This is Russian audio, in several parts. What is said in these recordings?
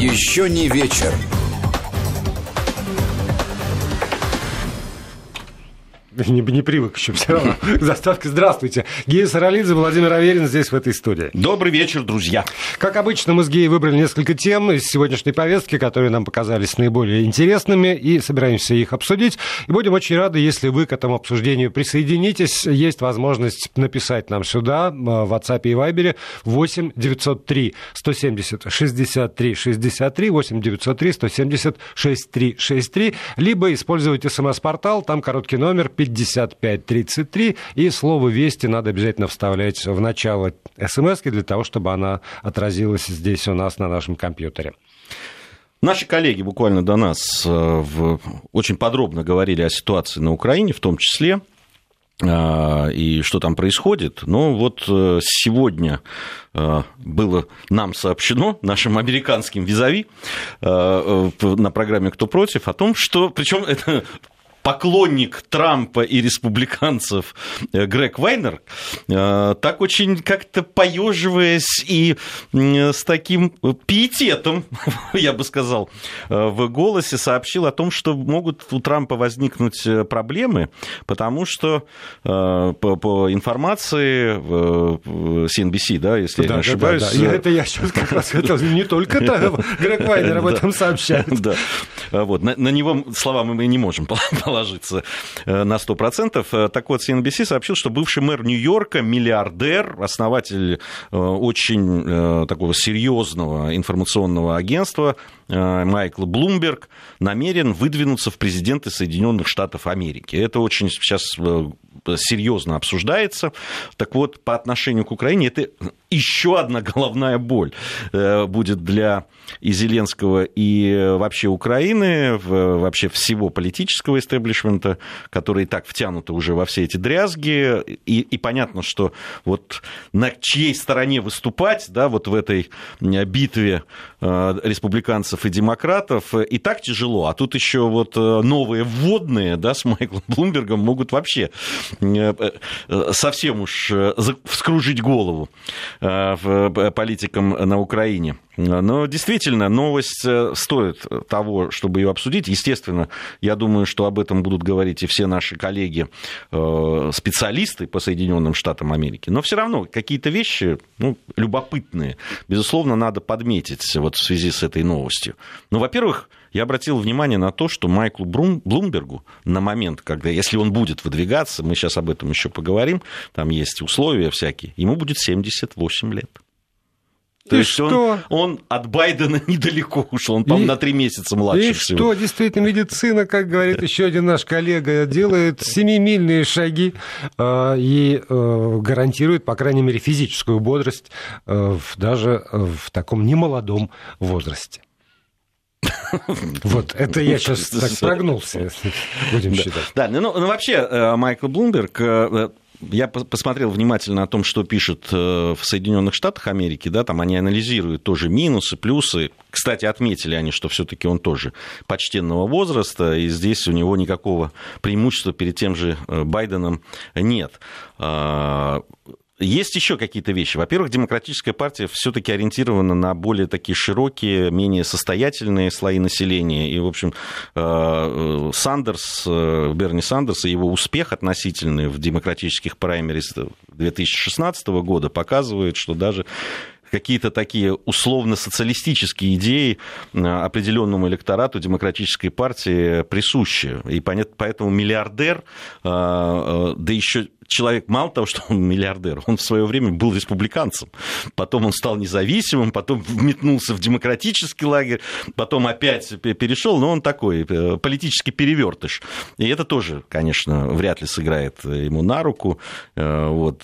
Еще не вечер. Не привык еще все равно к заставке. Здравствуйте. Гея Саралидзе, Владимир Аверин здесь, в этой студии. Добрый вечер, друзья. Как обычно, мы с Геей выбрали несколько тем из сегодняшней повестки, которые нам показались наиболее интересными, и собираемся их обсудить. И будем очень рады, если вы к этому обсуждению присоединитесь. Есть возможность написать нам сюда, в WhatsApp и Viber, 8 903 170 63 63, 8 903 170 63 63, либо использовать СМС-портал, там короткий номер 5533, и слово «Вести» надо обязательно вставлять в начало СМСки для того, чтобы она отразилась здесь у нас на нашем компьютере. Наши коллеги буквально до нас очень подробно говорили о ситуации на Украине, в том числе, и что там происходит. Но вот сегодня было нам сообщено, нашим американским визави, на программе «Кто против», о том, что, причем это поклонник Трампа и республиканцев Грег Вайнер, так очень как-то поеживаясь и с таким пиететом, я бы сказал, в голосе сообщил о том, что могут у Трампа возникнуть проблемы, потому что по информации CNBC, да, если я не ошибаюсь... Да. Это я сейчас как раз хотел, не только Грег Вайнер об этом сообщает. Вот. На него слова мы не можем положиться на 100%. Так вот, CNBC сообщил, что бывший мэр Нью-Йорка, миллиардер, основатель очень такого серьезного информационного агентства Майкл Блумберг намерен выдвинуться в президенты Соединенных Штатов Америки. Это очень сейчас серьезно обсуждается. Так вот, по отношению к Украине это еще одна головная боль будет для и Зеленского, и вообще Украины, вообще всего политического истеблишмента, которые и так втянуты уже во все эти дрязги. И понятно, что вот на чьей стороне выступать, да, вот в этой битве республиканцев и демократов, и так тяжело. А тут еще вот новые вводные, да, с Майклом Блумбергом могут вообще совсем уж вскружить голову политикам на Украине. Но действительно, новость стоит того, чтобы ее обсудить. Естественно, я думаю, что об этом будут говорить и все наши коллеги, специалисты по Соединенным Штатам Америки. Но все равно какие-то вещи любопытные, безусловно, надо подметить вот в связи с этой новостью. Ну, во-первых, я обратил внимание на то, что Майклу Блумбергу на момент, когда, если он будет выдвигаться, мы сейчас об этом еще поговорим, там есть условия всякие, ему будет 78 лет. То есть он от Байдена недалеко ушел, он, по-моему, на 3 месяца младше всего. Что, действительно, медицина, как говорит еще один наш коллега, делает семимильные шаги и гарантирует, по крайней мере, физическую бодрость даже в таком немолодом возрасте. Вот, это я сейчас так прогнулся, будем считать. Да, ну вообще, Майкл Блумберг... Я посмотрел внимательно о том, что пишут в Соединенных Штатах Америки, да, там они анализируют тоже минусы, плюсы. Кстати, отметили они, что все-таки он тоже почтенного возраста, и здесь у него никакого преимущества перед тем же Байденом нет. Есть еще какие-то вещи. Во-первых, демократическая партия все-таки ориентирована на более такие широкие, менее состоятельные слои населения. И, в общем, Берни Сандерс и его успех относительный в демократических праймерис 2016 года показывает, что даже какие-то такие условно-социалистические идеи определенному электорату демократической партии присущи. И поэтому миллиардер, да еще человек, мало того, что он миллиардер, он в свое время был республиканцем, потом он стал независимым, потом метнулся в демократический лагерь, потом опять перешел, но он такой политический перевертыш. И это тоже, конечно, вряд ли сыграет ему на руку. Вот.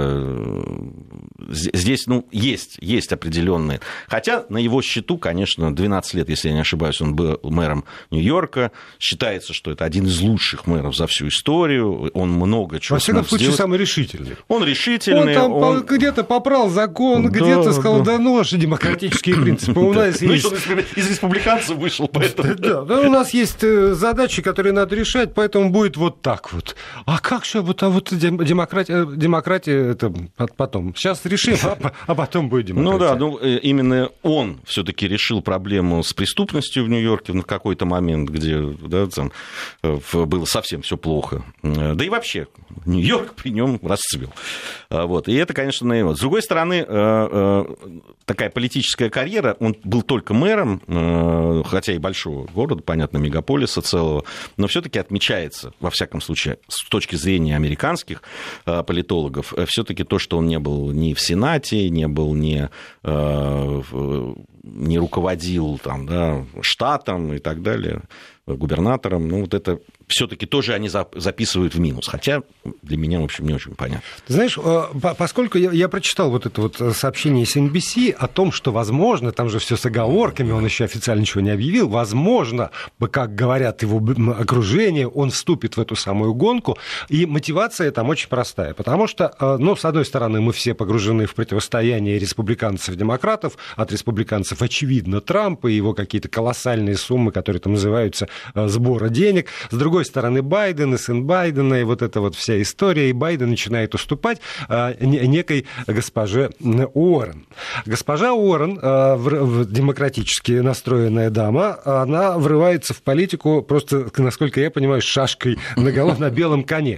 Здесь, есть определенные. Хотя на его счету, конечно, 12 лет, если я не ошибаюсь, он был мэром Нью-Йорка. Считается, что это один из лучших мэров за всю историю. Он много чего. Во всяком случае, случае самый решительный. Он решительный. Он там где-то попрал закон, где-то сказал, да ну, ваши демократические принципы. У нас есть... Из республиканцев вышел, поэтому... Да, у нас есть задачи, которые надо решать, поэтому будет вот так вот. А как же, вот демократия это потом. Сейчас решим, а потом будет демократия. Ну да, именно он все-таки решил проблему с преступностью в Нью-Йорке в какой-то момент, где там было совсем все плохо. Да и вообще, Нью-Йорк при нем расцвел. Вот. И это, конечно, на его. С другой стороны, такая политическая карьера, он был только мэром, хотя и большого города, понятно, мегаполиса целого, но все-таки отмечается, во всяком случае, с точки зрения американских политологов, все-таки то, что он не был ни в Сенате, не руководил там, да, штатом и так далее, губернатором, ну, вот это все-таки тоже они записывают в минус, хотя для меня, в общем, не очень понятно. Ты знаешь, поскольку я прочитал вот это вот сообщение из NBC о том, что, возможно, там же все с оговорками, он еще официально ничего не объявил, возможно, как говорят его окружение, он вступит в эту самую гонку, и мотивация там очень простая, потому что, ну, с одной стороны, мы все погружены в противостояние республиканцев и демократов, от республиканцев, очевидно, Трампа и его какие-то колоссальные суммы, которые там называются сбора денег, с другой стороны, Байден и сын Байдена, и вот эта вот вся история, и Байден начинает уступать некой госпоже Уоррен. Госпожа Уоррен, демократически настроенная дама, она врывается в политику просто, насколько я понимаю, с шашкой наголо на белом коне.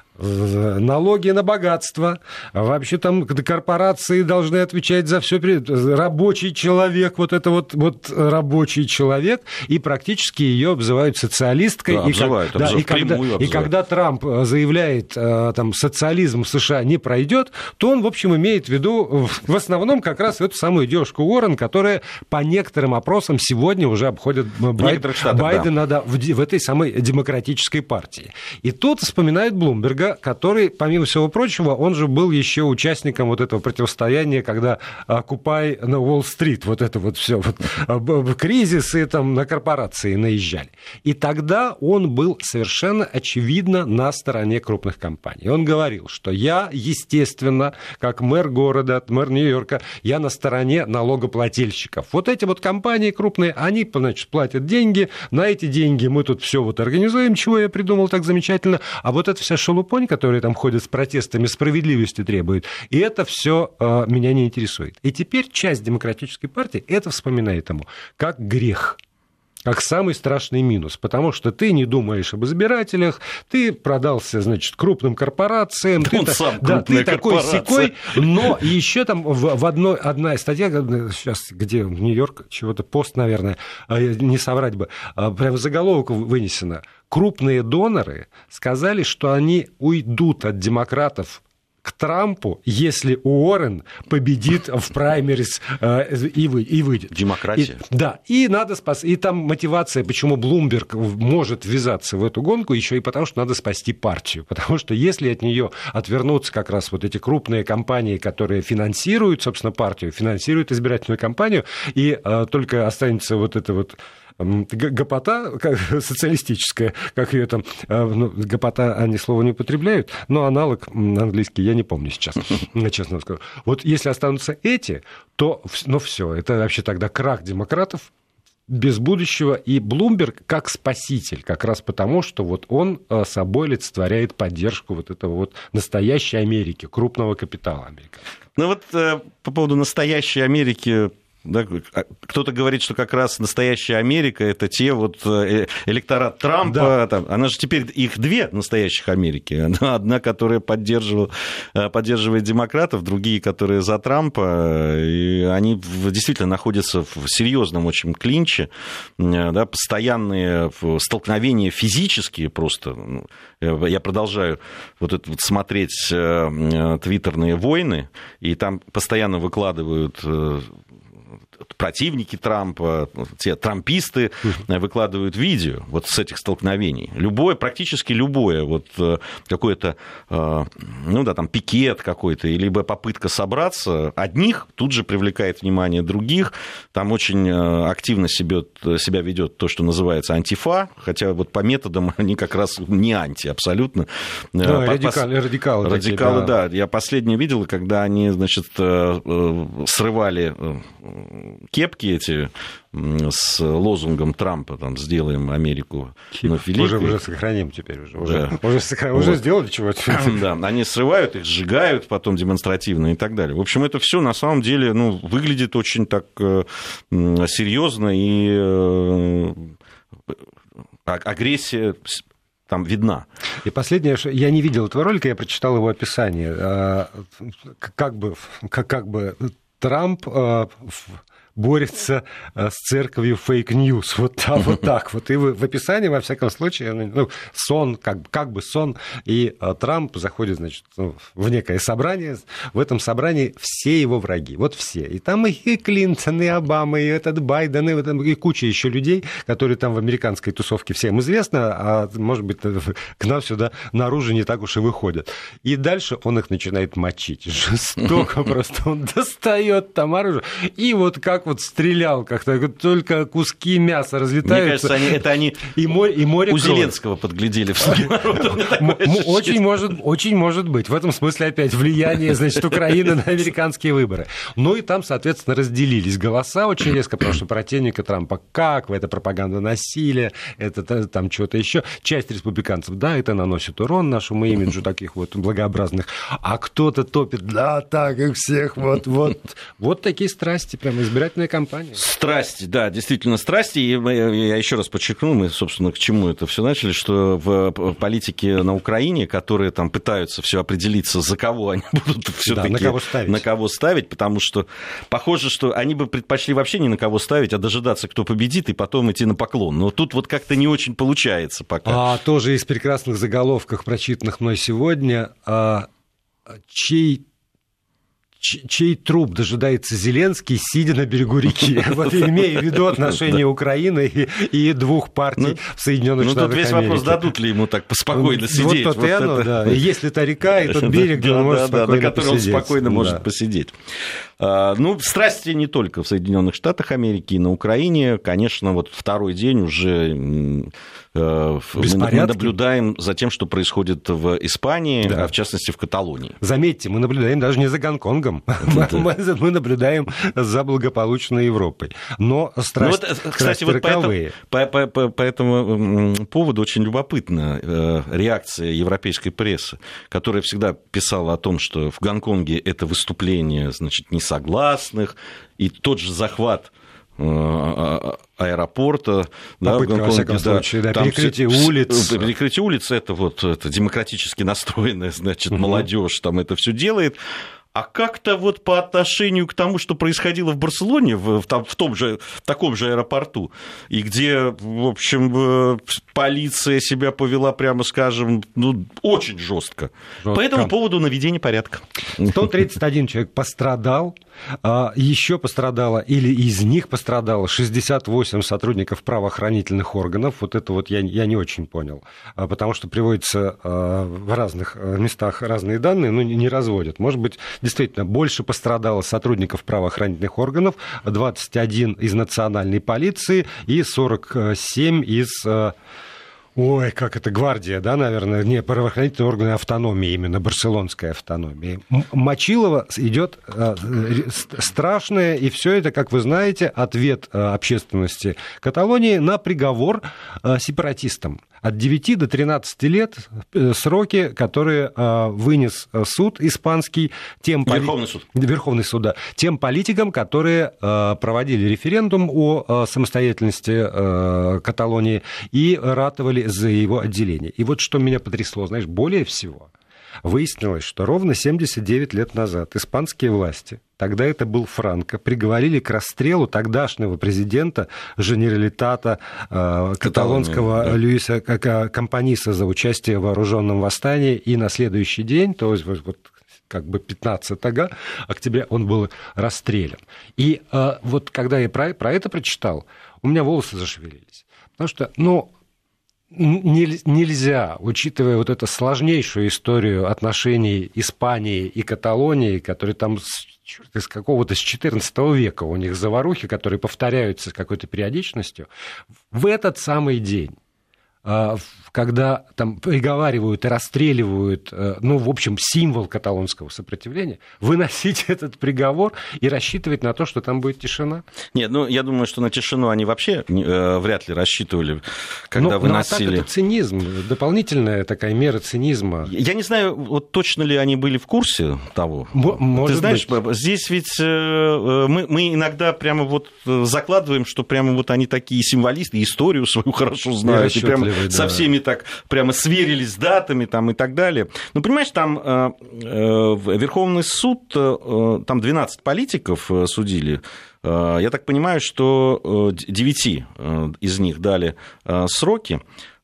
Налоги на богатство, вообще там корпорации должны отвечать за все, рабочий человек, вот это вот рабочий человек, и практически ее обзывают социалисткой. Да, и когда Трамп заявляет, там, социализм в США не пройдет, то он, в общем, имеет в виду в основном как раз эту самую девушку Уоррен, которая по некоторым опросам сегодня уже обходит Байдена в этой самой демократической партии. И тут вспоминает Блумберга, который, помимо всего прочего, он же был еще участником вот этого противостояния, когда Occupy на Уолл-стрит, вот это вот все, вот, кризисы там на корпорации наезжали. И тогда он был совершенно очевидно на стороне крупных компаний. Он говорил, что я, естественно, как мэр города, мэр Нью-Йорка, я на стороне налогоплательщиков. Вот эти вот компании крупные, они, значит, платят деньги, на эти деньги мы тут все вот организуем, чего я придумал так замечательно, а вот эта вся шелупонь, которые там ходят с протестами, справедливости требуют, и это все меня не интересует. И теперь часть демократической партии это вспоминает ему как грех, как самый страшный минус, потому что ты не думаешь об избирателях, ты продался, значит, крупным корпорациям, ты такой-сякой, но еще там одна статья, сейчас, где в Нью-Йорк, чего-то пост, наверное, не соврать бы, прям заголовок вынесено. Крупные доноры сказали, что они уйдут от демократов к Трампу, если Уоррен победит в праймерис и выйдет. Демократия. И надо и там мотивация, почему Блумберг может ввязаться в эту гонку, еще и потому, что надо спасти партию. Потому что если от нее отвернутся как раз вот эти крупные компании, которые финансируют, собственно, партию, финансируют избирательную кампанию, и только останется вот это вот гопота социалистическая, как ее там, гопота они слова не употребляют, но аналог английский я не помню сейчас, честно скажу. Вот если останутся эти, то, все, это вообще тогда крах демократов без будущего, и Блумберг как спаситель, как раз потому, что вот он собой олицетворяет поддержку вот этого вот настоящей Америки, крупного капитала американского. Ну вот по поводу настоящей Америки, да, кто-то говорит, что как раз настоящая Америка — это те вот электорат Трампа. Да. Там, она же теперь их две настоящих Америки. Одна, которая поддерживает демократов, другие, которые за Трампа. И они действительно находятся в серьезном очень клинче. Да, постоянные столкновения физические просто. Я продолжаю вот это вот смотреть твиттерные войны, и там постоянно выкладывают противники Трампа, те трамписты выкладывают видео вот с этих столкновений. Практически любое, вот какое-то, там пикет какой-то, либо попытка собраться одних, тут же привлекает внимание других. Там очень активно себя ведет то, что называется антифа, хотя вот по методам они как раз не анти абсолютно. Радикалы, да. Я последнее видел, когда они, значит, срывали кепки эти с лозунгом Трампа, там, сделаем Америку вновь великой. Уже сохраним теперь. Уже сделали чего-то. Да, они срывают их, сжигают потом демонстративно и так далее. В общем, это все на самом деле выглядит очень так серьезно, и агрессия там видна. И последнее, я не видел этого ролика, я прочитал его описание. Как бы Трамп борется с церковью фейк-ньюс. Вот так. И в описании, во всяком случае, сон, как бы сон, и Трамп заходит, значит, в некое собрание. В этом собрании все его враги. Вот все. И там и Клинтон, и Обама, и этот Байден, и куча еще людей, которые там в американской тусовке всем известно, а может быть, к нам сюда наружу не так уж и выходят. И дальше он их начинает мочить. Жестоко просто. Он достает там оружие. И вот как вот стрелял, как-то только куски мяса разлетаются. Мне кажется, они и море у Зеленского подглядели в слуги народа. Очень может быть. В этом смысле опять влияние, значит, Украины на американские выборы. Ну и там, соответственно, разделились голоса очень резко, потому что противника Трампа, это пропаганда насилия, это там что-то еще. Часть республиканцев, да, это наносит урон нашему имиджу таких вот благообразных, а кто-то топит, да, так их всех, вот такие страсти, прям избирательные кампания. Страсти, да, действительно страсти. И я еще раз подчеркну, мы, собственно, к чему это все начали, что в политике на Украине, которые там пытаются все определиться, за кого они будут все-таки, на кого ставить, потому что похоже, что они бы предпочли вообще ни на кого ставить, а дожидаться, кто победит, и потом идти на поклон. Но тут вот как-то не очень получается пока. Тоже из прекрасных заголовков, прочитанных мной сегодня, чей труп дожидается Зеленский, сидя на берегу реки, вот имея в виду отношения Украины и двух партий в Соединенных Штатах Америки. Тут весь вопрос, дадут ли ему так спокойно сидеть. Вот да. Есть ли та река и тот берег, где он может спокойно посидеть. На котором он спокойно может посидеть. Страсти не только в Соединенных Штатах Америки, и на Украине. Конечно, вот второй день уже мы наблюдаем за тем, что происходит в Испании, а в частности в Каталонии. Заметьте, мы наблюдаем даже не за Гонконгом, мы наблюдаем за благополучной Европой. Но страсти роковые. По этому поводу очень любопытна реакция европейской прессы, которая всегда писала о том, что в Гонконге это выступление, значит, несогласных, и тот же захват аэропорта, попытка, во всяком случае, перекрытие улиц. Перекрытие улиц, это демократически настроенная, значит, молодежь там это все делает. А как-то вот по отношению к тому, что происходило в Барселоне, в таком же аэропорту, и где, в общем, полиция себя повела, прямо скажем, очень жестко. По этому поводу наведение порядка. 131 человек пострадал, еще пострадало, или из них пострадало 68 сотрудников правоохранительных органов. Вот это вот я не очень понял, потому что приводятся в разных местах разные данные, но не разводят. Может быть, действительно, больше пострадало сотрудников правоохранительных органов, 21 из национальной полиции и 47 из... гвардия, да, наверное, не правоохранительные органы автономии, именно барселонской автономии. Мочилово идет страшное, и все это, как вы знаете, ответ общественности Каталонии на приговор сепаратистам. От 9 до 13 лет сроки, которые вынес суд испанский, Верховный суд, да, тем политикам, которые проводили референдум о самостоятельности Каталонии и ратовали за его отделение. И вот что меня потрясло, знаешь, более всего, выяснилось, что ровно 79 лет назад испанские власти, тогда это был Франко, приговорили к расстрелу тогдашнего президента Женералитата каталонского Луиса Компаниса за участие в вооруженном восстании, и на следующий день, то есть как бы 15 октября он был расстрелян. И вот когда я про это прочитал, у меня волосы зашевелились. Потому что, нельзя, учитывая вот эту сложнейшую историю отношений Испании и Каталонии, которые там из какого-то с XIV века у них заварухи, которые повторяются с какой-то периодичностью, в этот самый день, когда там приговаривают и расстреливают, в общем, символ каталонского сопротивления, выносить этот приговор и рассчитывать на то, что там будет тишина? Нет, я думаю, что на тишину они вообще вряд ли рассчитывали, когда выносили. А так это цинизм, дополнительная такая мера цинизма. Я не знаю, вот точно ли они были в курсе того. Может Ты знаешь, быть. здесь ведь мы иногда прямо вот закладываем, что прямо вот они такие символисты, историю свою хорошо знают, и прямо со всеми так прямо сверились с датами там, и так далее. Ну, понимаешь, там Верховный суд, там 12 политиков судили. Я так понимаю, что 9 из них дали сроки.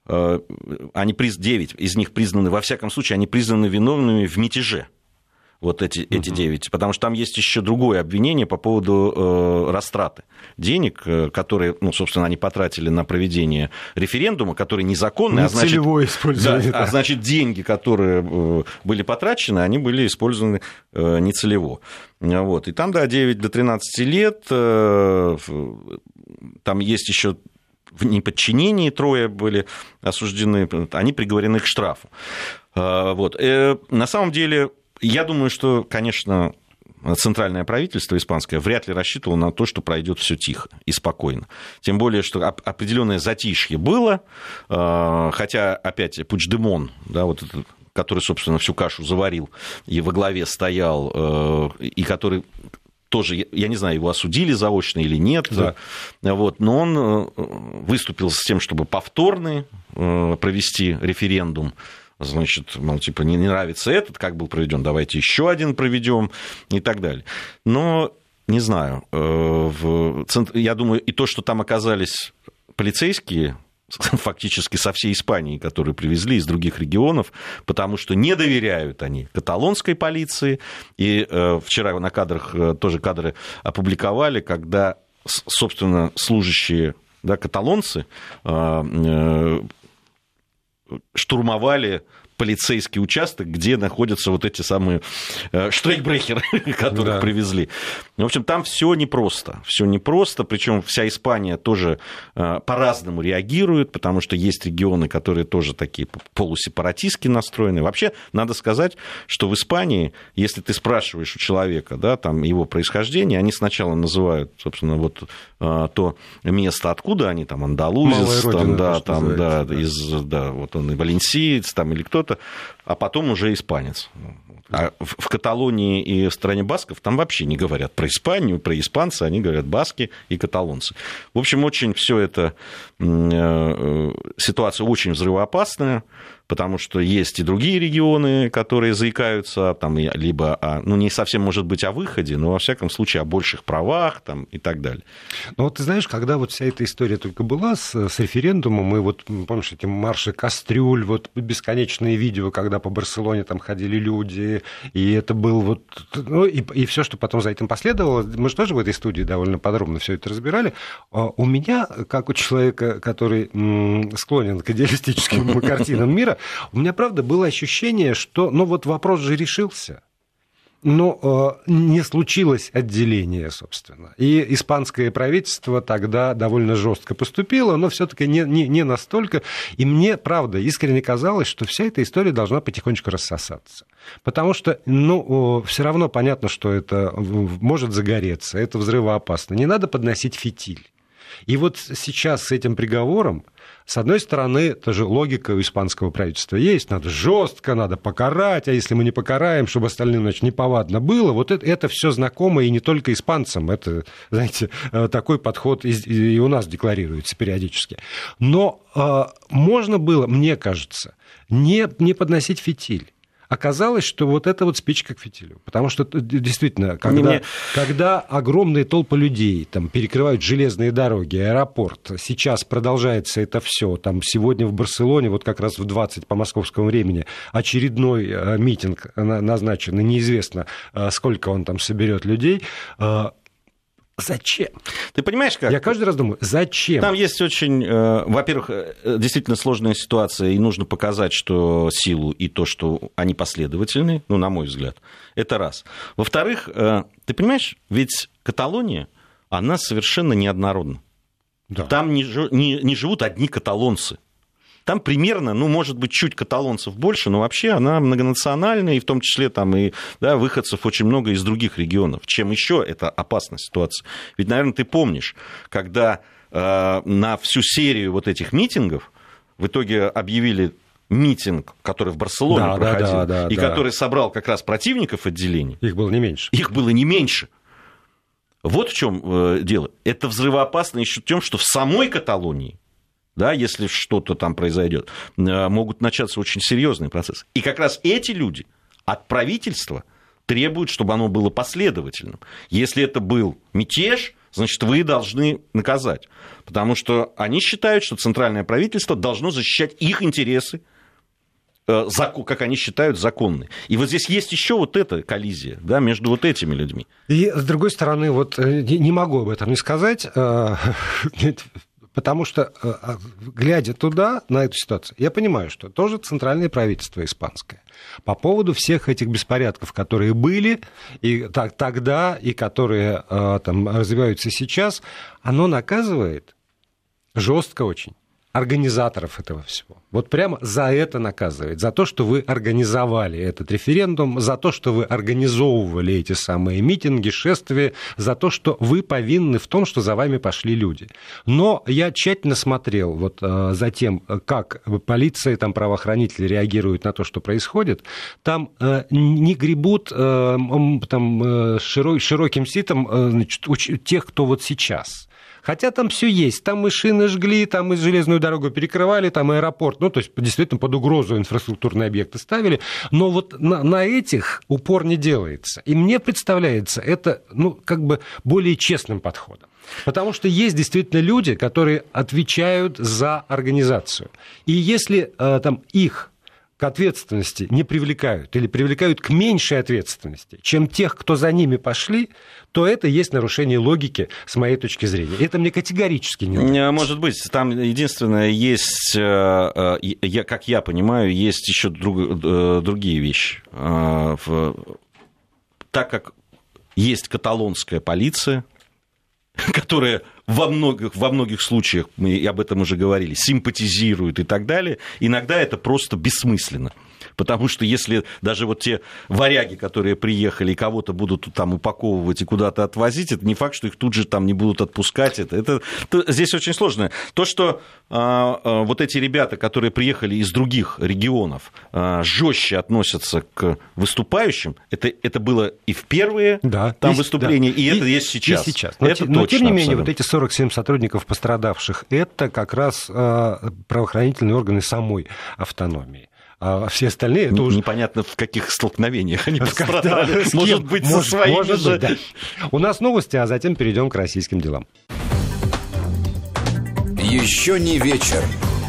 9 из них признаны, во всяком случае, они признаны виновными в мятеже. Вот эти 9, потому что там есть еще другое обвинение по поводу растраты денег, которые, собственно, они потратили на проведение референдума, который незаконный, целевое использование. Да, а значит, деньги, которые были потрачены, они были использованы нецелево. Вот. И там, 9 до 13 лет, там есть еще в неподчинении 3 были осуждены, они приговорены к штрафу. Вот. На самом деле, я думаю, что, конечно, центральное правительство испанское вряд ли рассчитывало на то, что пройдет все тихо и спокойно. Тем более, что определенное затишье было, хотя, опять, Пучдемон, вот этот, который, собственно, всю кашу заварил и во главе стоял, и который тоже, я не знаю, его осудили заочно или нет, да. Вот, но он выступил с тем, чтобы повторно провести референдум. Значит, не нравится этот, как был проведен, давайте еще один проведем и так далее. Но, не знаю, я думаю, и то, что там оказались полицейские, фактически со всей Испании, которые привезли из других регионов, потому что не доверяют они каталонской полиции. И вчера на кадрах тоже кадры опубликовали, когда, собственно, служащие, каталонцы штурмовали полицейский участок, где находятся вот эти самые штрейкбрехеры, которых привезли. В общем, там все непросто, причем вся Испания тоже по-разному реагирует, потому что есть регионы, которые тоже такие полусепаратистски настроены. Вообще, надо сказать, что в Испании, если ты спрашиваешь у человека, там его происхождение, они сначала называют, собственно, вот то место, откуда они, там, андалузец, вот он и валенсиец, там, или кто-то, а потом уже испанец. А в Каталонии и в стране басков там вообще не говорят про Испанию, про испанца, они говорят баски и каталонцы. В общем, очень все это ситуация очень взрывоопасная, потому что есть и другие регионы, которые заикаются там, либо, не совсем, может быть, о выходе, но, во всяком случае, о больших правах там, и так далее. Ну, вот ты знаешь, когда вот вся эта история только была с референдумом, и вот, помнишь, эти марши кастрюль, вот бесконечные видео, когда по Барселоне там ходили люди, и это был вот... и все, что потом за этим последовало, мы же тоже в этой студии довольно подробно все это разбирали. У меня, как у человека, который склонен к идеалистическим картинам мира, у меня, правда, было ощущение, что, вот вопрос же решился, но не случилось отделение, собственно. И испанское правительство тогда довольно жестко поступило, но все-таки не настолько. И мне, правда, искренне казалось, что вся эта история должна потихонечку рассосаться. Потому что, все равно понятно, что это может загореться, это взрывоопасно. Не надо подносить фитиль. И вот сейчас с этим приговором, с одной стороны, тоже логика у испанского правительства есть, надо жестко, надо покарать, а если мы не покараем, чтобы остальным, значит, неповадно было, вот это все знакомо и не только испанцам, это, знаете, такой подход и у нас декларируется периодически. Но можно было, мне кажется, не подносить фитиль, оказалось, что вот это вот спичка к фитилю. Потому что действительно, когда огромные толпы людей там, перекрывают железные дороги, аэропорт, сейчас продолжается это все. Там сегодня в Барселоне, вот как раз в 20 по московскому времени, очередной митинг назначен, и неизвестно, сколько он там соберет людей. Зачем? Ты понимаешь, как? Я каждый раз думаю, зачем? Там есть очень, во-первых, действительно сложная ситуация, и нужно показать, что силу и то, что они последовательны, ну, на мой взгляд, это раз. Во-вторых, ты понимаешь, ведь Каталония, она совершенно неоднородна. Да. Там не живут одни каталонцы. Там примерно, ну, может быть, чуть каталонцев больше, но вообще она многонациональная, и в том числе там и выходцев очень много из других регионов. Чем еще это опасная ситуация? Ведь, наверное, ты помнишь, когда на всю серию вот этих митингов в итоге объявили митинг, который в Барселоне проходил, который собрал как раз противников отделений. Их было не меньше. Их было не меньше. Вот в чем дело. Это взрывоопасно еще тем, что в самой Каталонии, да, если что-то там произойдет, могут начаться очень серьезные процессы. И как раз эти люди от правительства требуют, чтобы оно было последовательным. Если это был мятеж, значит, вы должны наказать. Потому что они считают, что центральное правительство должно защищать их интересы, как они считают, законные. И вот здесь есть еще вот эта коллизия, да, между вот этими людьми. И, с другой стороны, вот не могу об этом не сказать, потому что, глядя туда, на эту ситуацию, я понимаю, что тоже центральное правительство испанское по поводу всех этих беспорядков, которые были и тогда, и которые там развиваются сейчас, оно наказывает жестко очень организаторов этого всего. Вот прямо за это наказывает. За то, что вы организовали этот референдум, за то, что вы организовывали эти самые митинги, шествия, за то, что вы повинны в том, что за вами пошли люди. Но я тщательно смотрел вот за тем, как полиция, там, правоохранители реагируют на то, что происходит. Там не гребут там, широким ситом, значит, тех, кто вот сейчас. Хотя там все есть. Там и шины жгли, там и железную дорогу перекрывали, там и аэропорт. Ну, то есть, действительно, под угрозу инфраструктурные объекты ставили. Но вот на этих упор не делается. И мне представляется это, ну, как бы более честным подходом. Потому что есть действительно люди, которые отвечают за организацию. И если там их к ответственности не привлекают или привлекают к меньшей ответственности, чем тех, кто за ними пошли, то это есть нарушение логики, с моей точки зрения. Это мне категорически не нравится. Может быть, там единственное, есть, как я понимаю, есть еще другие вещи. Так как есть каталонская полиция, которая во многих случаях, мы об этом уже говорили, симпатизирует и так далее, иногда это просто бессмысленно. Потому что если даже вот те варяги, которые приехали, и кого-то будут там упаковывать и куда-то отвозить, это не факт, что их тут же там не будут отпускать. Это здесь очень сложно. То, что вот эти ребята, которые приехали из других регионов, жестче относятся к выступающим, это было и в первые там выступления, и это есть сейчас. И сейчас. Но тем не менее, вот эти 47 сотрудников пострадавших, это как раз правоохранительные органы самой автономии. А все остальные... Это уже... Непонятно, в каких столкновениях они пострадали. Может быть, со своими же... Да. У нас новости, а затем перейдем к российским делам. Еще не вечер.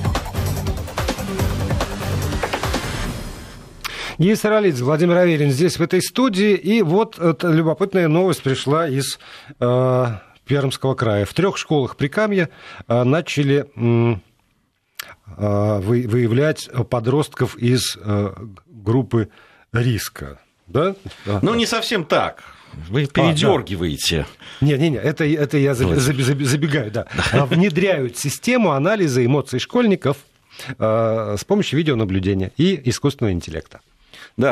Денис Саралидзе, Владимир Аверин здесь, в этой студии. И вот эта любопытная новость пришла из Пермского края. В 3 школах Прикамья начали... выявлять подростков из группы риска. Да? Ну, не совсем так. Вы передергиваете. Не, это я забегаю, да. Внедряют систему анализа эмоций школьников с помощью видеонаблюдения и искусственного интеллекта. Да,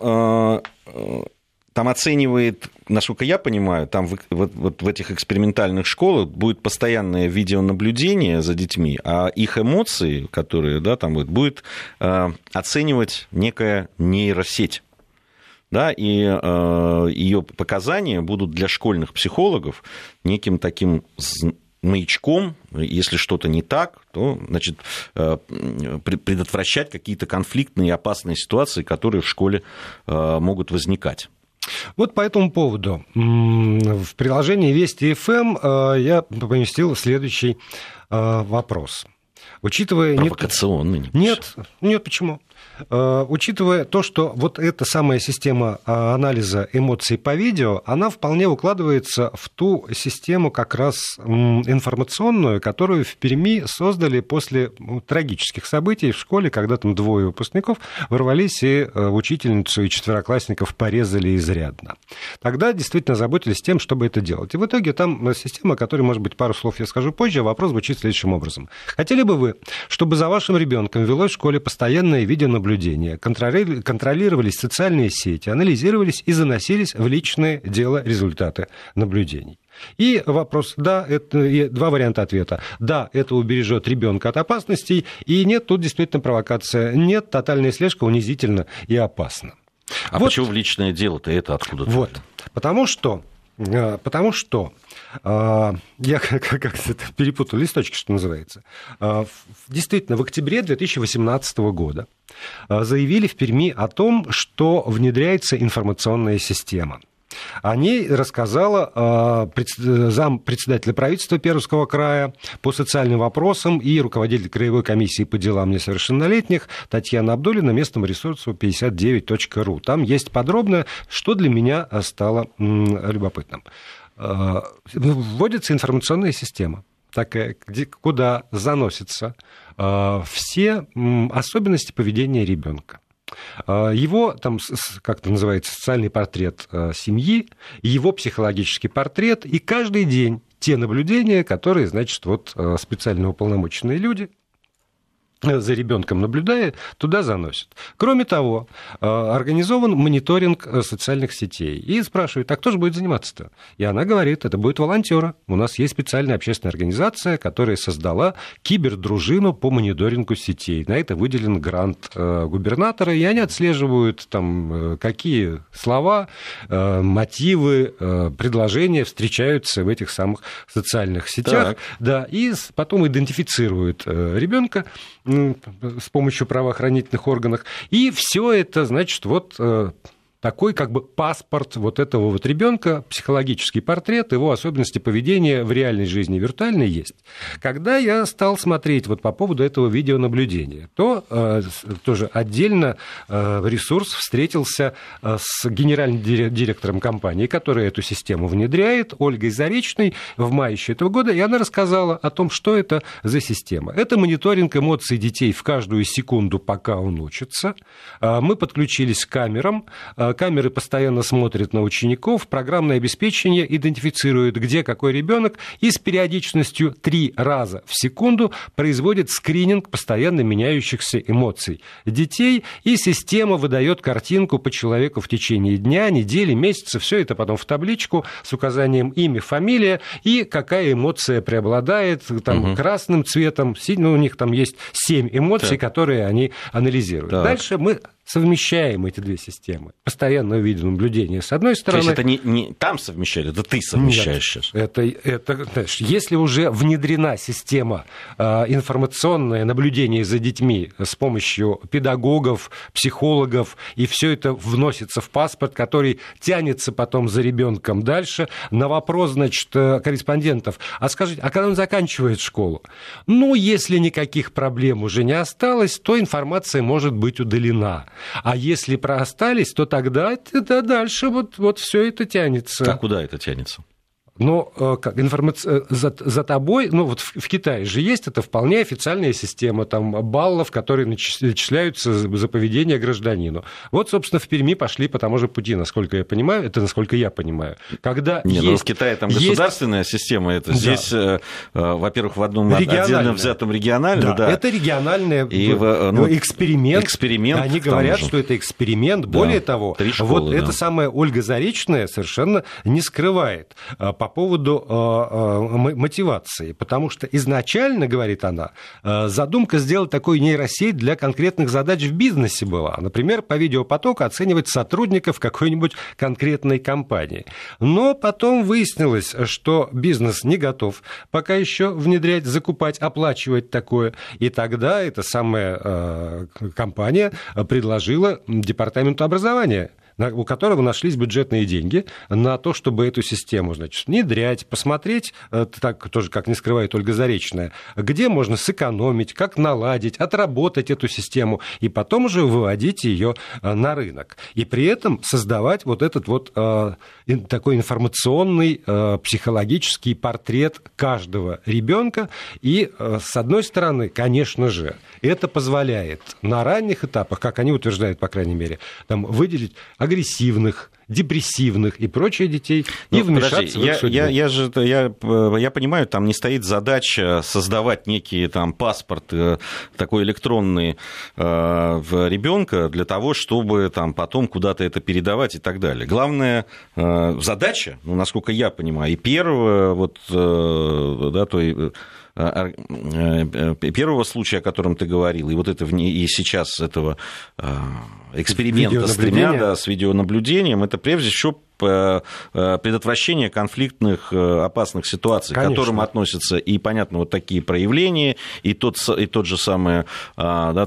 там оценивает, насколько я понимаю, там вот в этих экспериментальных школах будет постоянное видеонаблюдение за детьми, а их эмоции, которые там будет оценивать некая нейросеть. Да, и ее показания будут для школьных психологов неким таким маячком, если что-то не так, то, значит, предотвращать какие-то конфликтные и опасные ситуации, которые в школе могут возникать. Вот по этому поводу в приложении Вести ФМ я поместил следующий вопрос. Учитывая... Провокационный. Нет, почему? Учитывая то, что вот эта самая система анализа эмоций по видео, она вполне укладывается в ту систему как раз информационную, которую в Перми создали после трагических событий в школе, когда там двое выпускников ворвались и учительницу и четвероклассников порезали изрядно. Тогда действительно заботились тем, чтобы это делать. И в итоге там система, о которой, может быть, пару слов я скажу позже, а вопрос звучит следующим образом. Хотели бы вы, чтобы за вашим ребенком велось в школе постоянное видеонаблюдение, контролировались социальные сети, анализировались и заносились в личное дело результаты наблюдений? И вопрос, да, это два варианта ответа. Да, это убережет ребенка от опасностей, и нет, тут действительно провокация. Нет, тотальная слежка унизительна и опасна. А вот, почему в личное дело-то это откуда-то? Вот, потому что я как-то перепутал листочки, что называется. Действительно, в октябре 2018 года заявили в Перми о том, что внедряется информационная система. О ней рассказала зампредседателя правительства Пермского края по социальным вопросам и руководитель краевой комиссии по делам несовершеннолетних Татьяна Абдуллина местному ресурсу 59.ru. Там есть подробно, что для меня стало любопытным. Вводится информационная система, такая, куда заносятся все особенности поведения ребенка. Его, там, как это называется, социальный портрет семьи, его психологический портрет, и каждый день те наблюдения, которые, значит, вот специально уполномоченные люди, за ребенком наблюдая, туда заносят. Кроме того, организован мониторинг социальных сетей. И спрашивают, а кто же будет заниматься-то? И она говорит, это будет волонтеры. У нас есть специальная общественная организация, которая создала кибердружину по мониторингу сетей. На это выделен грант губернатора, и они отслеживают, там, какие слова, мотивы, предложения встречаются в этих самых социальных сетях. Так. Да, и потом идентифицируют ребенка с помощью правоохранительных органов. И все это, значит, вот такой как бы паспорт вот этого вот ребенка, психологический портрет, его особенности поведения в реальной жизни и виртуальной есть. Когда я стал смотреть вот по поводу этого видеонаблюдения, то тоже отдельно ресурс встретился с генеральным директором компании, которая эту систему внедряет, Ольгой Заречной, в мае еще этого года, и она рассказала о том, что это за система. Это мониторинг эмоций детей в каждую секунду, пока он учится. Мы подключились к камерам. Камеры постоянно смотрят на учеников, программное обеспечение идентифицирует, где какой ребенок, и с периодичностью 3 раза в секунду производит скрининг постоянно меняющихся эмоций детей, и система выдает картинку по человеку в течение дня, недели, месяца, все это потом в табличку с указанием имя, фамилия и какая эмоция преобладает, там, красным цветом, у них там есть 7 эмоций, которые они анализируют. Дальше мы совмещаем эти две системы. Постоянное видеонаблюдение с одной стороны. То есть это не там совмещают, это ты совмещаешь сейчас. Это, знаешь, если уже внедрена система информационное наблюдение за детьми с помощью педагогов, психологов, и все это вносится в паспорт, который тянется потом за ребенком дальше, на вопрос, значит, корреспондентов, а скажите, а когда он заканчивает школу? Ну, если никаких проблем уже не осталось, то информация может быть удалена. А если остались, то тогда дальше вот все это тянется. А куда это тянется? Но как информация за тобой, ну вот в Китае же есть, это вполне официальная система там баллов, которые начисляются за поведение гражданину. Вот, собственно, в Перми пошли по тому же пути, насколько я понимаю, это насколько я понимаю. Когда в Китае там государственная система, это да. Здесь, во-первых, в одном отдельно взятом региональном. Да, это региональный эксперимент. Они говорят, что это эксперимент. Более того, школы, вот эта самая Ольга Заречная совершенно не скрывает. по поводу мотивации, потому что изначально, говорит она, задумка сделать такую нейросеть для конкретных задач в бизнесе была. Например, по видеопотоку оценивать сотрудников какой-нибудь конкретной компании. Но потом выяснилось, что бизнес не готов пока еще внедрять, закупать, оплачивать такое. И тогда эта самая компания предложила департаменту образования, у которого нашлись бюджетные деньги на то, чтобы эту систему, значит, внедрять, посмотреть, так тоже, как не скрывает Ольга Заречная, где можно сэкономить, как наладить, отработать эту систему, и потом уже выводить ее на рынок. И при этом создавать вот этот вот такой информационный, психологический портрет каждого ребенка. И, с одной стороны, конечно же, это позволяет на ранних этапах, как они утверждают, по крайней мере, там, выделить агрессивных, депрессивных и прочие детей, и вмешаться в их судьбу. Я понимаю, там не стоит задача создавать некий там паспорт такой электронный в ребенка для того, чтобы там потом куда-то это передавать и так далее. Главная задача, ну, насколько я понимаю, и первого вот, да, первого случая, о котором ты говорил, и вот это и сейчас этого эксперимента с видеонаблюдением, это прежде всего предотвращение конфлитных опасных ситуаций, конечно, к которым относятся и, понятно, вот такие проявления, и тот же самый, да,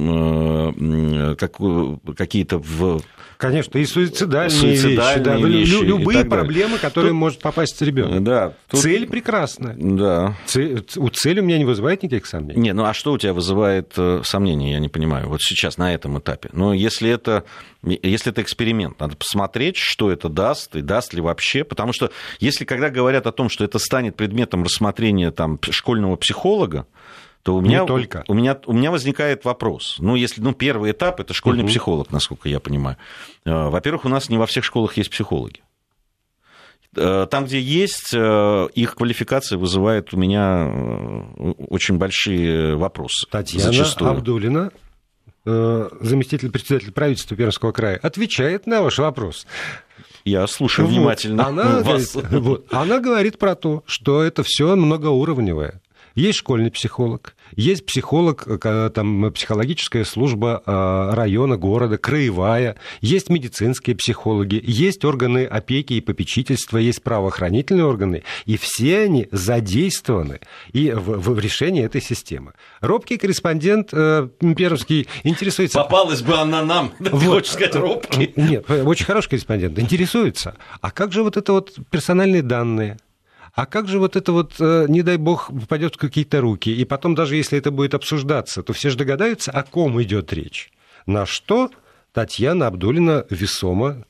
какие-то Конечно, и суицидальные вещи, да, любые проблемы, которые может попасть ребенок. Да, цель прекрасная. Да. Цель у меня не вызывает никаких сомнений. Не, ну а что у тебя вызывает сомнения, я не понимаю, вот сейчас на этом этапе? Ну, если это эксперимент, надо посмотреть, что это даст, и даст ли вообще, потому что когда говорят о том, что это станет предметом рассмотрения там, школьного психолога, то у меня возникает вопрос. Ну, если первый этап – это школьный психолог, насколько я понимаю. Во-первых, у нас не во всех школах есть психологи. Там, где есть, их квалификация вызывает у меня очень большие вопросы. Татьяна Абдуллина, заместитель председателя правительства Пермского края, отвечает на ваш вопрос. Я слушаю внимательно вас. Она говорит про то, что это все многоуровневое. Есть школьный психолог, есть психолог, там, психологическая служба района, города, краевая, есть медицинские психологи, есть органы опеки и попечительства, есть правоохранительные органы, и все они задействованы и в решении этой системы. Робкий корреспондент пермский интересуется... Попалась бы она нам, хочешь сказать, робкий? Нет, очень хороший корреспондент, интересуется. А как же вот это вот персональные данные? А как же вот это вот, не дай бог, попадет в какие-то руки, и потом, даже если это будет обсуждаться, то все же догадаются, о ком идет речь. На что Татьяна Абдуллина весомо,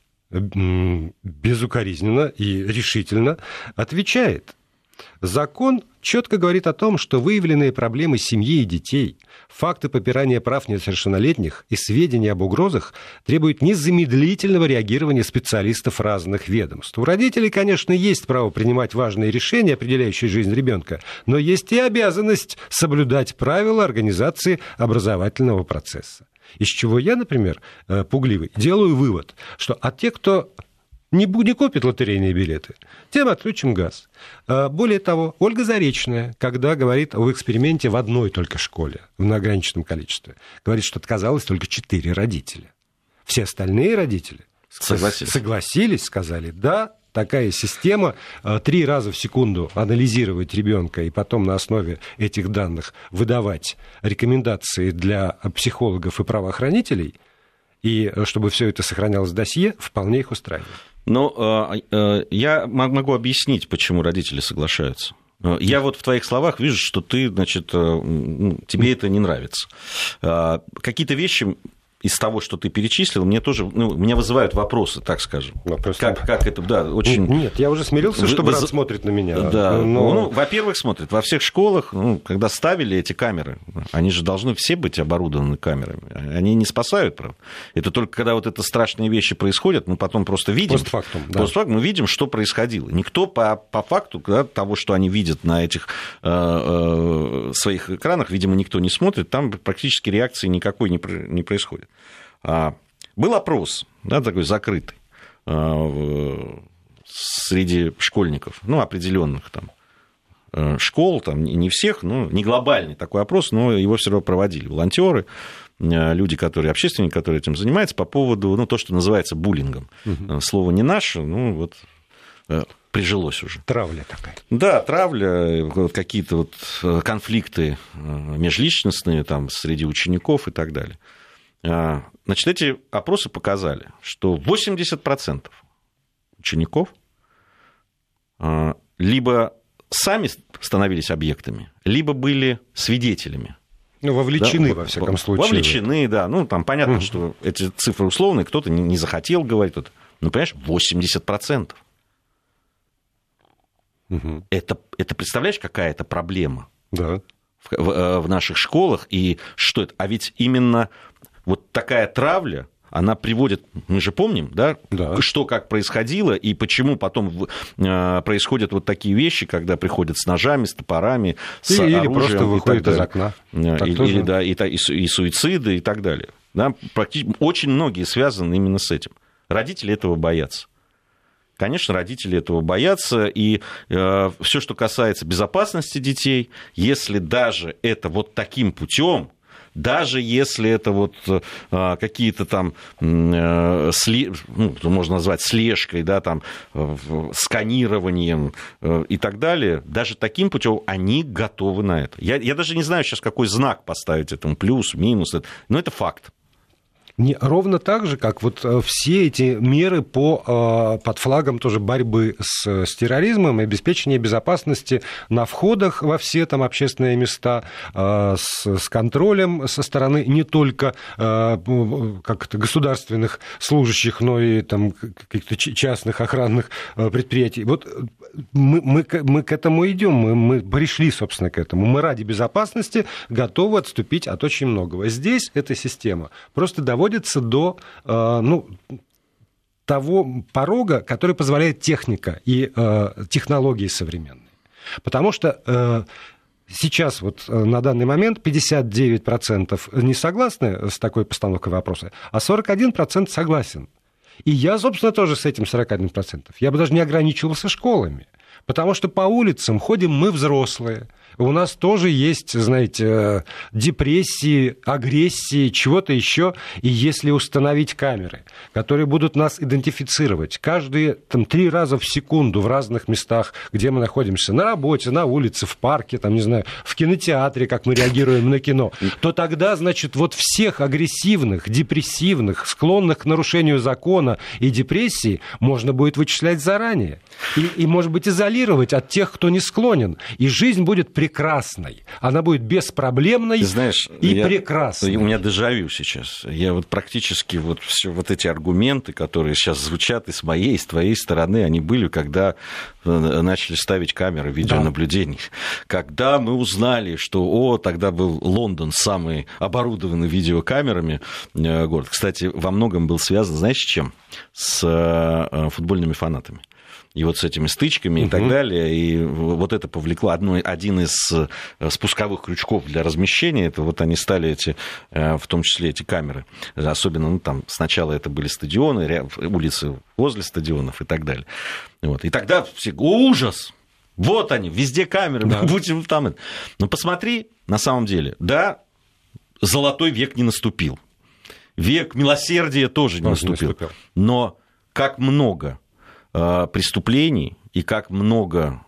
безукоризненно и решительно отвечает. Закон четко говорит о том, что выявленные проблемы семьи и детей, факты попирания прав несовершеннолетних и сведения об угрозах требуют незамедлительного реагирования специалистов разных ведомств. У родителей, конечно, есть право принимать важные решения, определяющие жизнь ребенка, но есть и обязанность соблюдать правила организации образовательного процесса. Из чего я, например, пугливый, делаю вывод, что от тех, кто не купит лотерейные билеты, тем отключим газ. Более того, Ольга Заречная, когда говорит об эксперименте в одной только школе, в неограниченном количестве, говорит, что отказалось только 4 родителя. Все остальные родители согласились, сказали, да, такая система 3 раза в секунду анализировать ребенка и потом на основе этих данных выдавать рекомендации для психологов и правоохранителей, и чтобы все это сохранялось в досье, вполне их устраивает. Но я могу объяснить, почему родители соглашаются. Я вот в твоих словах вижу, что ты, значит, тебе это не нравится. Какие-то вещи из того, что ты перечислил, мне тоже, меня вызывают вопросы, так скажем. Как это, да, очень... Нет, я уже смирился, что брат смотрит на меня. Да, но... во-первых, смотрит. Во всех школах, когда ставили эти камеры, они же должны все быть оборудованы камерами. Они не спасают, правда. Это только когда вот это страшные вещи происходят, мы потом просто видим... Постфактум, да. Постфактум, мы видим, что происходило. Никто по факту, да, того, что они видят на этих своих экранах, видимо, никто не смотрит, там практически реакции никакой не происходит. Был опрос, да, такой закрытый, среди школьников, определенных там школ, там не всех, не глобальный такой опрос, но его все равно проводили волонтеры, люди, общественники, которые этим занимаются, по поводу, то, что называется буллингом. Слово не наше, прижилось уже. Травля такая. Да, травля, какие-то конфликты межличностные там, среди учеников и так далее. Значит, эти опросы показали, что 80% учеников либо сами становились объектами, либо были свидетелями. Вовлечены, да, во всяком случае. Вовлечены, да. Там понятно, что эти цифры условные, кто-то не захотел говорить. Понимаешь, 80%. Это представляешь, какая это проблема? Да. В наших школах. И что это? А ведь именно вот такая травля, она приводит, мы же помним, да, что как происходило, и почему потом происходят вот такие вещи, когда приходят с ножами, с топорами, с оружием. Или просто выходят из окна. И суициды, и так далее. Да, практически очень многие связаны именно с этим. Родители этого боятся. Конечно, родители этого боятся, и все, что касается безопасности детей, если даже это вот таким путем, даже если это какие-то там, можно назвать слежкой, да, там, сканированием и так далее, даже таким путем они готовы на это. Я даже не знаю сейчас, какой знак поставить этому, плюс, минус, но это факт. Ровно так же, как все эти меры под флагом тоже борьбы с терроризмом и обеспечения безопасности на входах во все там общественные места, с контролем со стороны не только государственных служащих, но и там каких-то частных охранных предприятий. Мы к этому идем, мы пришли, собственно, к этому. Мы ради безопасности готовы отступить от очень многого. Здесь эта система просто доводится до того порога, который позволяет техника и технологии современные. Потому что сейчас на данный момент 59% не согласны с такой постановкой вопроса, а 41% согласен. И я, собственно, тоже с этим 41%. Я бы даже не ограничивался школами. Потому что по улицам ходим мы взрослые. У нас тоже есть, знаете, депрессии, агрессии, чего-то еще. И если установить камеры, которые будут нас идентифицировать каждые 3 раза в секунду в разных местах, где мы находимся, на работе, на улице, в парке, в кинотеатре, как мы реагируем на кино, то тогда, значит, всех агрессивных, депрессивных, склонных к нарушению закона и депрессии можно будет вычислять заранее. И может быть, изолировать от тех, кто не склонен. И жизнь будет прекрасной. Она будет беспроблемной и прекрасной. У меня дежавю сейчас. Я практически все эти аргументы, которые сейчас звучат и с моей, и с твоей стороны, они были, когда начали ставить камеры видеонаблюдения. Да. Когда мы узнали, что тогда был Лондон самый оборудованный видеокамерами город. Кстати, во многом был связан, знаешь, с чем? С футбольными фанатами. И с этими стычками и так далее. И это повлекло один из спусковых крючков для размещения. Это они стали в том числе эти камеры. Особенно там сначала это были стадионы, улицы возле стадионов и так далее. И тогда все: ужас! Вот они, везде камеры, мы будем там. Но посмотри, на самом деле, золотой век не наступил. Век милосердия тоже не наступил. Но как много преступлений и как много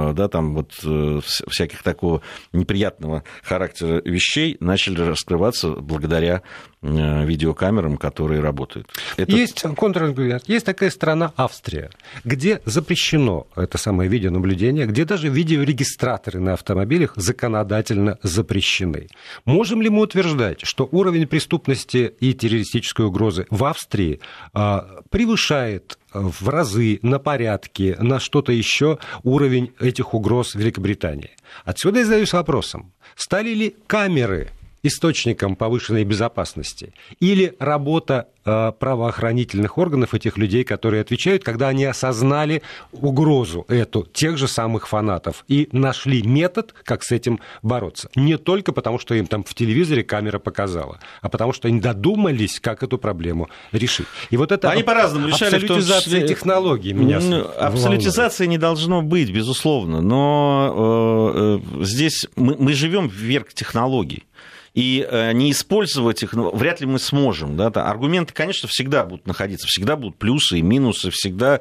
всяких такого неприятного характера вещей начали раскрываться благодаря видеокамерам, которые работают. Есть контраргумент. Есть такая страна Австрия, где запрещено это самое видеонаблюдение, где даже видеорегистраторы на автомобилях законодательно запрещены. Можем ли мы утверждать, что уровень преступности и террористической угрозы в Австрии превышает в разы, на порядки, на что-то еще уровень этих угроз в Великобритании? Отсюда я задаюсь вопросом, стали ли камеры источником повышенной безопасности, или работа правоохранительных органов, этих людей, которые отвечают, когда они осознали угрозу эту тех же самых фанатов и нашли метод, как с этим бороться. Не только потому, что им там в телевизоре камера показала, а потому что они додумались, как эту проблему решить. И вот это они по-разному решали, абсолютизация технологий меня абсолютизации не должно быть, безусловно, но здесь мы живем в век технологий. И не использовать их вряд ли мы сможем. Да? Аргументы, конечно, всегда будут находиться, всегда будут плюсы и минусы, всегда...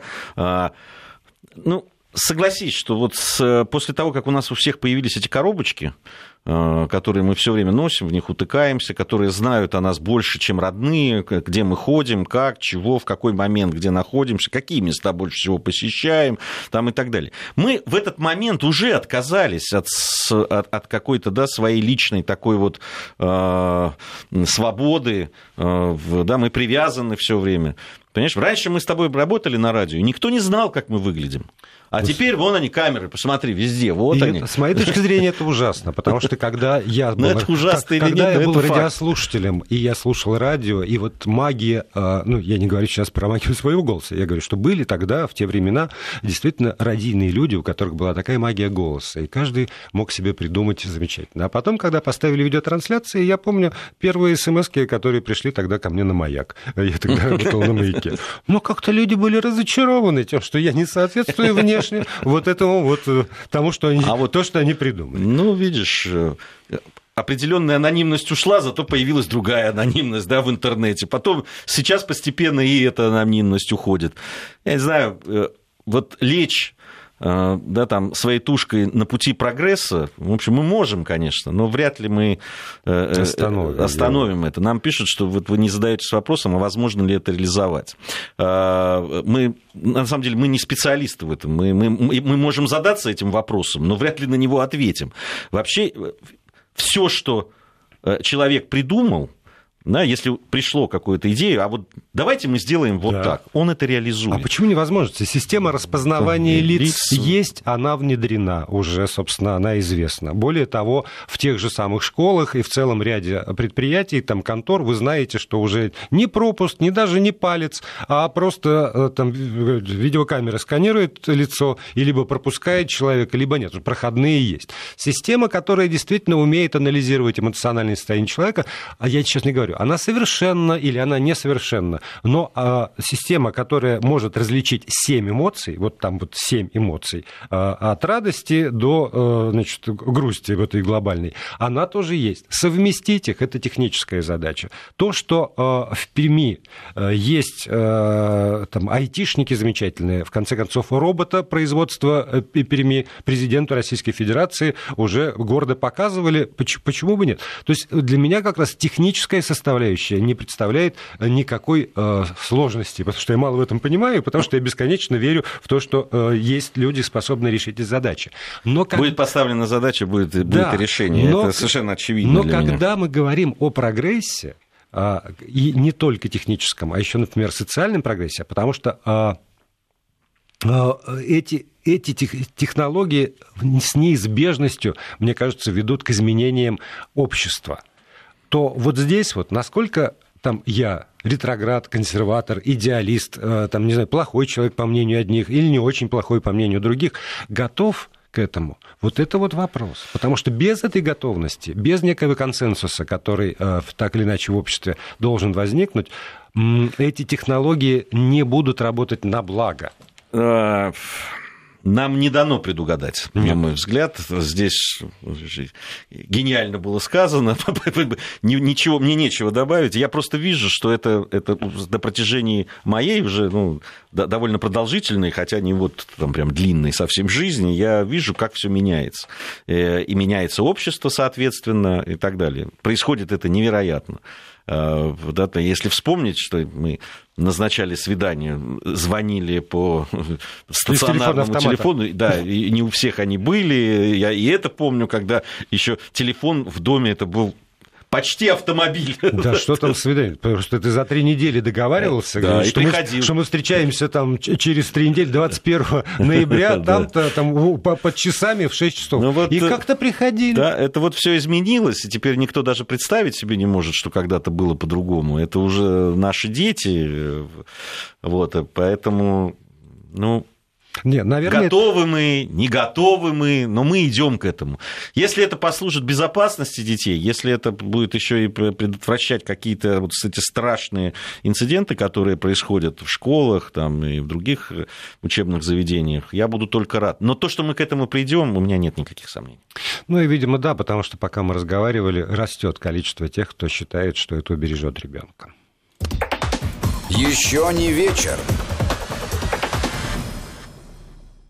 Согласись, что вот после того, как у нас у всех появились эти коробочки, которые мы все время носим, в них утыкаемся, которые знают о нас больше, чем родные, где мы ходим, как, чего, в какой момент, где находимся, какие места больше всего посещаем, там и так далее. Мы в этот момент уже отказались от какой-то своей личной такой вот свободы, мы привязаны все время. Понимаешь, раньше мы с тобой работали на радио, и никто не знал, как мы выглядим. А теперь вон они, камеры, посмотри, везде, вот они. С моей точки зрения, это ужасно, потому что когда я был, радиослушателем, и я слушал радио, и вот магия, я не говорю сейчас про магию своего голоса, я говорю, что были тогда, в те времена, действительно радийные люди, у которых была такая магия голоса, и каждый мог себе придумать замечательно. А потом, когда поставили видеотрансляции, я помню первые смски, которые пришли тогда ко мне на «Маяк». Я тогда работал на «Маяке». Но как-то люди были разочарованы тем, что я не соответствую внешне вот этому вот тому, что они, то, что они придумали. Видишь, определенная анонимность ушла, зато появилась другая анонимность, в интернете. Потом сейчас постепенно и эта анонимность уходит. Я не знаю, вот лечь своей тушкой на пути прогресса, в общем, мы можем, конечно, но вряд ли мы остановим это. Нам пишут, что вот вы не задаетесь вопросом, а возможно ли это реализовать. Мы, на самом деле, мы не специалисты в этом. Мы можем задаться этим вопросом, но вряд ли на него ответим. Вообще, все, что человек придумал, если пришло какую-то идею, а вот давайте мы сделаем вот так, он это реализует. А почему невозможно? Система распознавания лиц есть, она внедрена уже, собственно, она известна. Более того, в тех же самых школах и в целом ряде предприятий, контор, вы знаете, что уже не пропуск, даже не палец, а просто видеокамера сканирует лицо и либо пропускает человека, либо нет. Проходные есть. Система, которая действительно умеет анализировать эмоциональное состояние человека, а я сейчас не говорю, она совершенна или она несовершенна, но система, которая может различить 7 эмоций, 7 эмоций, от радости до грусти в этой глобальной, она тоже есть. Совместить их – это техническая задача. То, что в Перми есть айтишники замечательные, в конце концов, робота-производства Перми президенту Российской Федерации уже гордо показывали, почему бы нет? То есть для меня как раз техническая составляющая не представляет никакой сложности, потому что я мало в этом понимаю, потому что я бесконечно верю в то, что есть люди, способные решить эти задачи. Будет поставлена задача, будет и решение. Это совершенно очевидно. Но когда мы говорим о прогрессе, и не только техническом, а еще, например, социальном прогрессе, потому что эти технологии с неизбежностью, мне кажется, ведут к изменениям общества, то вот здесь насколько я ретроград, консерватор, идеалист, плохой человек по мнению одних или не очень плохой по мнению других, готов к этому? Это вопрос. Потому что без этой готовности, без некого консенсуса, который так или иначе в обществе должен возникнуть, эти технологии не будут работать на благо. Нам не дано предугадать, на мой взгляд. Здесь гениально было сказано. Мне нечего добавить. Я просто вижу, что это на протяжении моей уже довольно продолжительной, хотя не прям длинной совсем жизни, я вижу, как все меняется. И меняется общество, соответственно, и так далее. Происходит это невероятно. Если вспомнить, что мы назначали свидание, звонили по стационарному телефону, и не у всех они были, я и это помню, когда еще телефон в доме, это был почти автомобиль. Да, что там свидание? Просто ты за 3 недели договаривался, да, что мы встречаемся там через 3 недели, 21 ноября, там под часами в 6 часов. И как-то приходили. Да, это вот все изменилось, и теперь никто даже представить себе не может, что когда-то было по-другому. Это уже наши дети, вот, поэтому, Нет, наверное, готовы мы, не готовы мы, но мы идем к этому. Если это послужит безопасности детей, если это будет еще и предотвращать какие-то вот эти страшные инциденты, которые происходят в школах там, и в других учебных заведениях, я буду только рад. Но то, что мы к этому придем, у меня нет никаких сомнений. Ну и, видимо, да, потому что пока мы разговаривали, растет количество тех, кто считает, что это убережет ребенка. Еще не вечер.